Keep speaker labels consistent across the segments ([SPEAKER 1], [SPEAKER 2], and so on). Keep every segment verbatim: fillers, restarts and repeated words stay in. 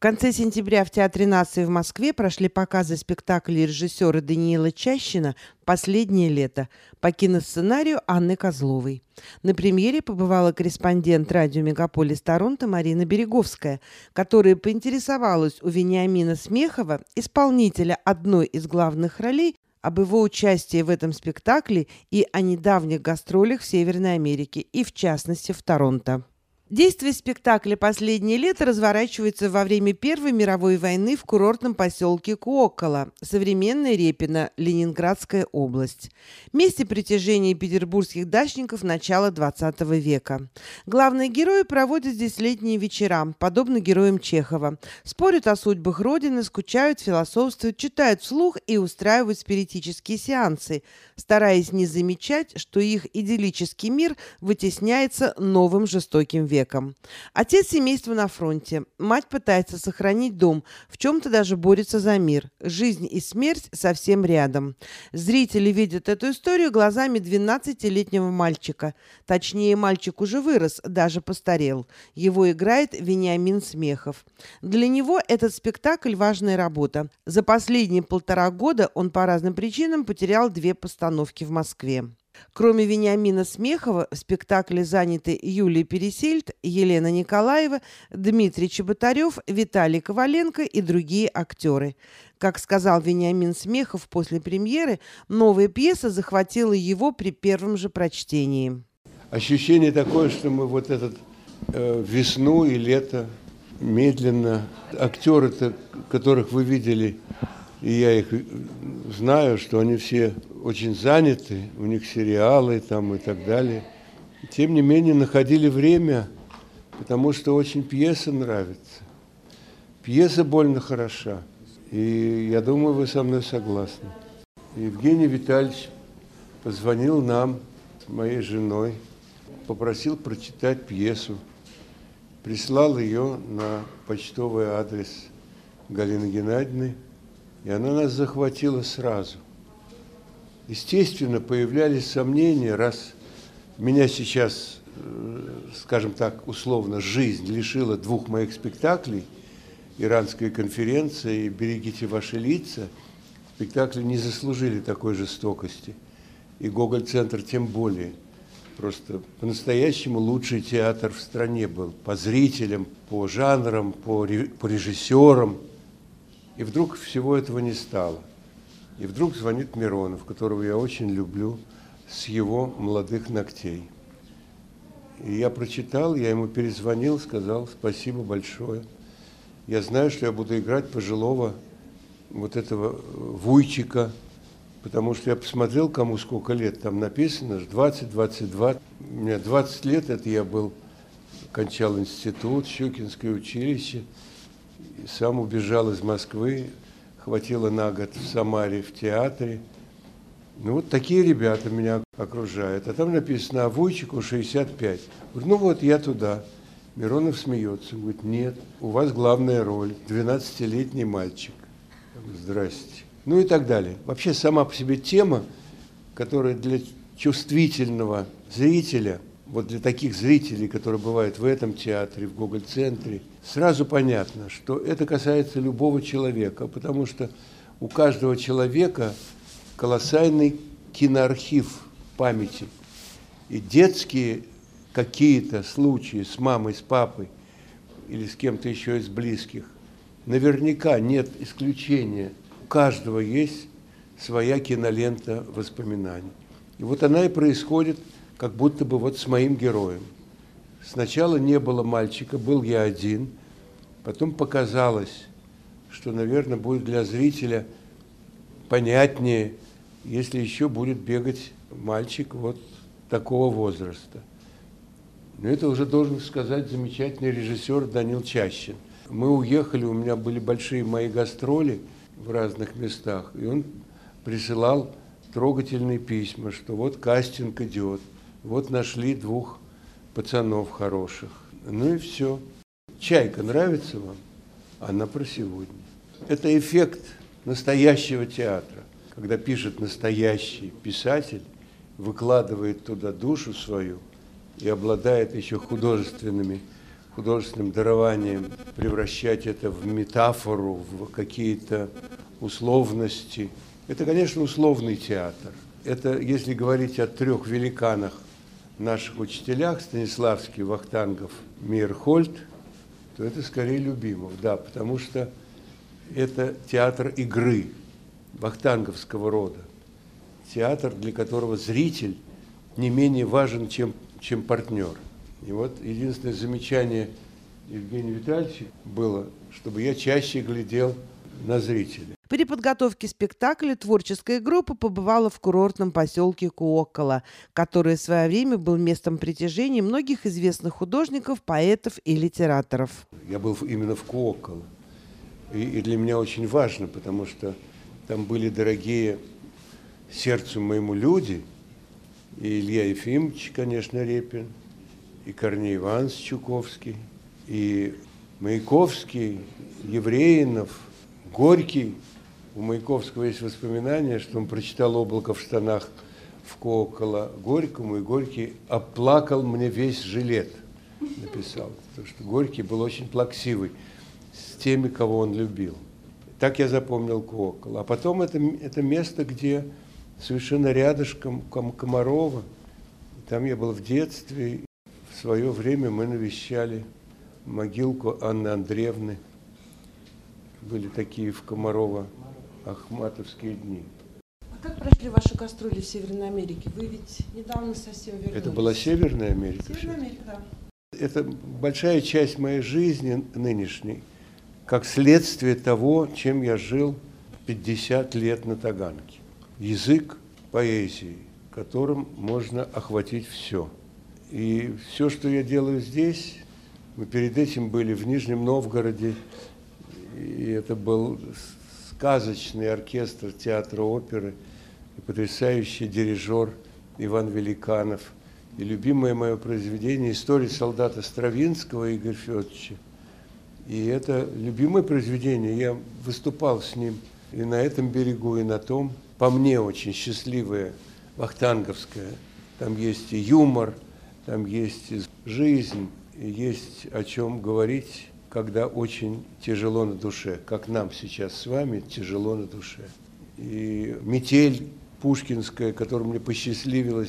[SPEAKER 1] конце сентября в Театре нации в Москве прошли показы спектакля режиссера Даниила Чащина «Последнее лето» по киносценарию Анны Козловой. На премьере побывала корреспондент радио «Мегаполис Торонто» Марина Береговская, которая поинтересовалась у Вениамина Смехова, исполнителя одной из главных ролей, об его участии в этом спектакле и о недавних гастролях в Северной Америке и, в частности, в Торонто. Действие спектакля «Последнее лето» разворачивается во время Первой мировой войны в курортном поселке Куоккола, современная Репино, Ленинградская область. Месте притяжения петербургских дачников начала двадцатого века. Главные герои проводят здесь летние вечера, подобно героям Чехова. Спорят о судьбах Родины, скучают, философствуют, читают вслух и устраивают спиритические сеансы, стараясь не замечать, что их идиллический мир вытесняется новым жестоким веком. Отец семейства на фронте. Мать пытается сохранить дом, в чем-то даже борется за мир. Жизнь и смерть совсем рядом. Зрители видят эту историю глазами двенадцатилетнего мальчика. Точнее, мальчик уже вырос, даже постарел. Его играет Вениамин Смехов. Для него этот спектакль – важная работа. За последние полтора года он по разным причинам потерял две постановки в Москве. Кроме Вениамина Смехова, в спектакле заняты Юлия Пересельд, Елена Николаева, Дмитрий Чеботарев, Виталий Коваленко и другие актеры. Как сказал Вениамин Смехов после премьеры, новая пьеса захватила его при первом же прочтении.
[SPEAKER 2] Ощущение такое, что мы вот этот э, весну и лето медленно... Актеры-то, которых вы видели, и я их знаю, что они все очень заняты, у них сериалы там и так далее. Тем не менее, находили время, потому что очень пьеса нравится. Пьеса больно хороша. И я думаю, вы со мной согласны. Евгений Витальевич позвонил нам, с моей женой, попросил прочитать пьесу. Прислал ее на почтовый адрес Галины Геннадьевны, и она нас захватила сразу. Естественно, появлялись сомнения, раз меня сейчас, скажем так, условно, жизнь лишила двух моих спектаклей, «Иранская конференция» и «Берегите ваши лица», спектакли не заслужили такой жестокости. И Гоголь-центр тем более. Просто по-настоящему лучший театр в стране был. По зрителям, по жанрам, по режиссерам. И вдруг всего этого не стало. И вдруг звонит Миронов, которого я очень люблю, с его «Молодых ногтей». И я прочитал, я ему перезвонил, сказал спасибо большое. Я знаю, что я буду играть пожилого вот этого Вуйчика, потому что я посмотрел, кому сколько лет. Там написано двадцать двадцать два. У меня двадцать лет, это я был, кончал институт, Щукинское училище. И сам убежал из Москвы, хватило на год в Самаре в театре. Ну вот такие ребята меня окружают. А там написано, а Вуйчику шестьдесят пять. Говорю, ну вот я туда. Миронов смеется, говорит, нет, у вас главная роль, двенадцатилетний мальчик. Я говорю, здрасте. Ну и так далее. Вообще сама по себе тема, которая для чувствительного зрителя, вот для таких зрителей, которые бывают в этом театре, в Гоголь-центре, сразу понятно, что это касается любого человека, потому что у каждого человека колоссальный киноархив памяти. И детские какие-то случаи с мамой, с папой или с кем-то еще из близких, наверняка нет исключения. У каждого есть своя кинолента воспоминаний. И вот она и происходит как будто бы вот с моим героем. Сначала не было мальчика, был я один. Потом показалось, что, наверное, будет для зрителя понятнее, если еще будет бегать мальчик вот такого возраста. Но это уже должен сказать замечательный режиссер Даниил Чащин. Мы уехали, у меня были большие мои гастроли в разных местах, и он присылал трогательные письма, что вот кастинг идет, вот нашли двух пацанов хороших. Ну и все. «Чайка» нравится вам? Она про сегодня. Это эффект настоящего театра, когда пишет настоящий писатель, выкладывает туда душу свою и обладает еще художественными художественным дарованием превращать это в метафору, в какие-то условности. Это, конечно, условный театр. Это, если говорить о трех великанах, наших учителях, Станиславский, Вахтангов, Мейерхольд, то это скорее Любимов, да, потому что это театр игры вахтанговского рода, театр, для которого зритель не менее важен, чем, чем партнер. И вот единственное замечание Евгения Витальевича было, чтобы я чаще глядел на зрителя.
[SPEAKER 1] При подготовке спектакля творческая группа побывала в курортном поселке Куоккола, который в свое время был местом притяжения многих известных художников, поэтов и литераторов.
[SPEAKER 2] Я был именно в Куокколо. И, и для меня очень важно, потому что там были дорогие сердцу моему люди, и Илья Ефимович, конечно, Репин, и Корней Иванович Чуковский, и Маяковский, Евреинов, Горький. У Маяковского есть воспоминание, что он прочитал «Облако в штанах» в Куокколо Горькому, и Горький оплакал мне весь жилет, написал. Потому что Горький был очень плаксивый с теми, кого он любил. Так я запомнил Куокколо. А потом это, это место, где совершенно рядышком Комарова. Там я был в детстве. В свое время мы навещали могилку Анны Андреевны. Были такие в Комарово ахматовские дни.
[SPEAKER 1] А как прошли ваши гастроли в Северной Америке? Вы ведь недавно совсем вернулись.
[SPEAKER 2] Это была Северная Америка?
[SPEAKER 1] Северная Америка, да.
[SPEAKER 2] Это большая часть моей жизни нынешней, как следствие того, чем я жил пятьдесят лет на Таганке. Язык поэзии, которым можно охватить все. И все, что я делаю здесь, мы перед этим были в Нижнем Новгороде, и это был сказочный оркестр театра оперы, и потрясающий дирижер Иван Великанов, и любимое мое произведение «История солдата Стравинского» Игоря Федоровича. И это любимое произведение, я выступал с ним и на этом берегу, и на том. По мне очень счастливое, вахтанговское. Там есть и юмор, там есть и жизнь, и есть о чем говорить, когда очень тяжело на душе, как нам сейчас с вами тяжело на душе. И «Метель» пушкинская, которую мне посчастливилось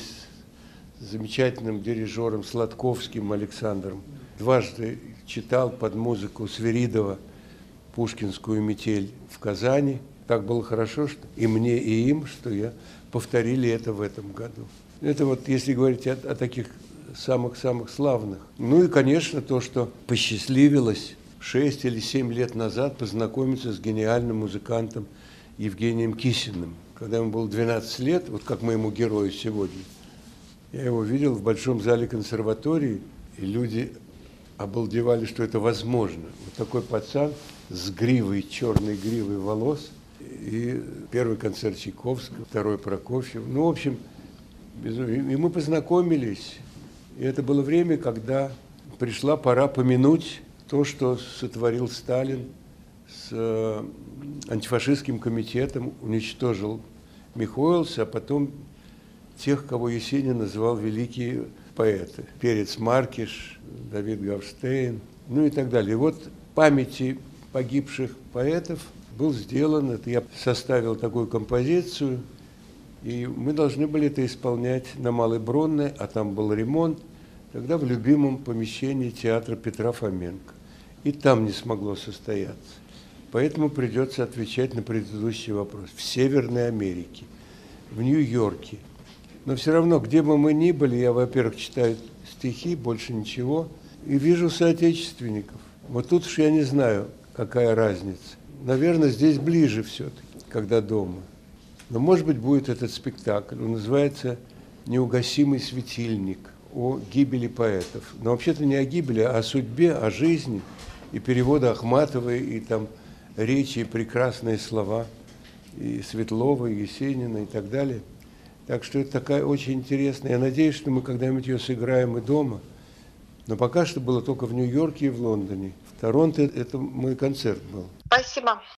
[SPEAKER 2] с замечательным дирижером Сладковским Александром. Дважды читал под музыку Свиридова пушкинскую «Метель» в Казани. Так было хорошо, что и мне, и им, что я повторили это в этом году. Это вот, если говорить о, о таких самых-самых славных. Ну и, конечно, то, что посчастливилось шесть или семь лет назад познакомиться с гениальным музыкантом Евгением Кисиным. Когда ему было двенадцать лет, вот как моему герою сегодня, я его видел в Большом зале консерватории, и люди обалдевали, что это возможно. Вот такой пацан с гривой, черной гривой волос, и первый концерт Чайковского, второй Прокофьев. Ну, в общем, и мы познакомились. И это было время, когда пришла пора помянуть то, что сотворил Сталин с антифашистским комитетом, уничтожил Михоэлса, а потом тех, кого Есенин называл великие поэты. Перец Маркиш, Давид Гавштейн, ну и так далее. И вот памяти погибших поэтов был сделан, это я составил такую композицию, и мы должны были это исполнять на Малой Бронной, а там был ремонт, тогда в любимом помещении театра Петра Фоменко. И там не смогло состояться. Поэтому придется отвечать на предыдущий вопрос. В Северной Америке, в Нью-Йорке. Но все равно, где бы мы ни были, я, во-первых, читаю стихи, больше ничего, и вижу соотечественников. Вот тут уж я не знаю, какая разница. Наверное, здесь ближе все-таки, когда дома. Но, может быть, будет этот спектакль. Он называется «Неугасимый светильник», о гибели поэтов. Но вообще-то не о гибели, а о судьбе, о жизни. И переводы Ахматовой, и там речи, и прекрасные слова, и Светлова, и Есенина, и так далее. Так что это такая очень интересная. Я надеюсь, что мы когда-нибудь ее сыграем и дома. Но пока что было только в Нью-Йорке и в Лондоне. В Торонто это мой концерт был.
[SPEAKER 3] Спасибо.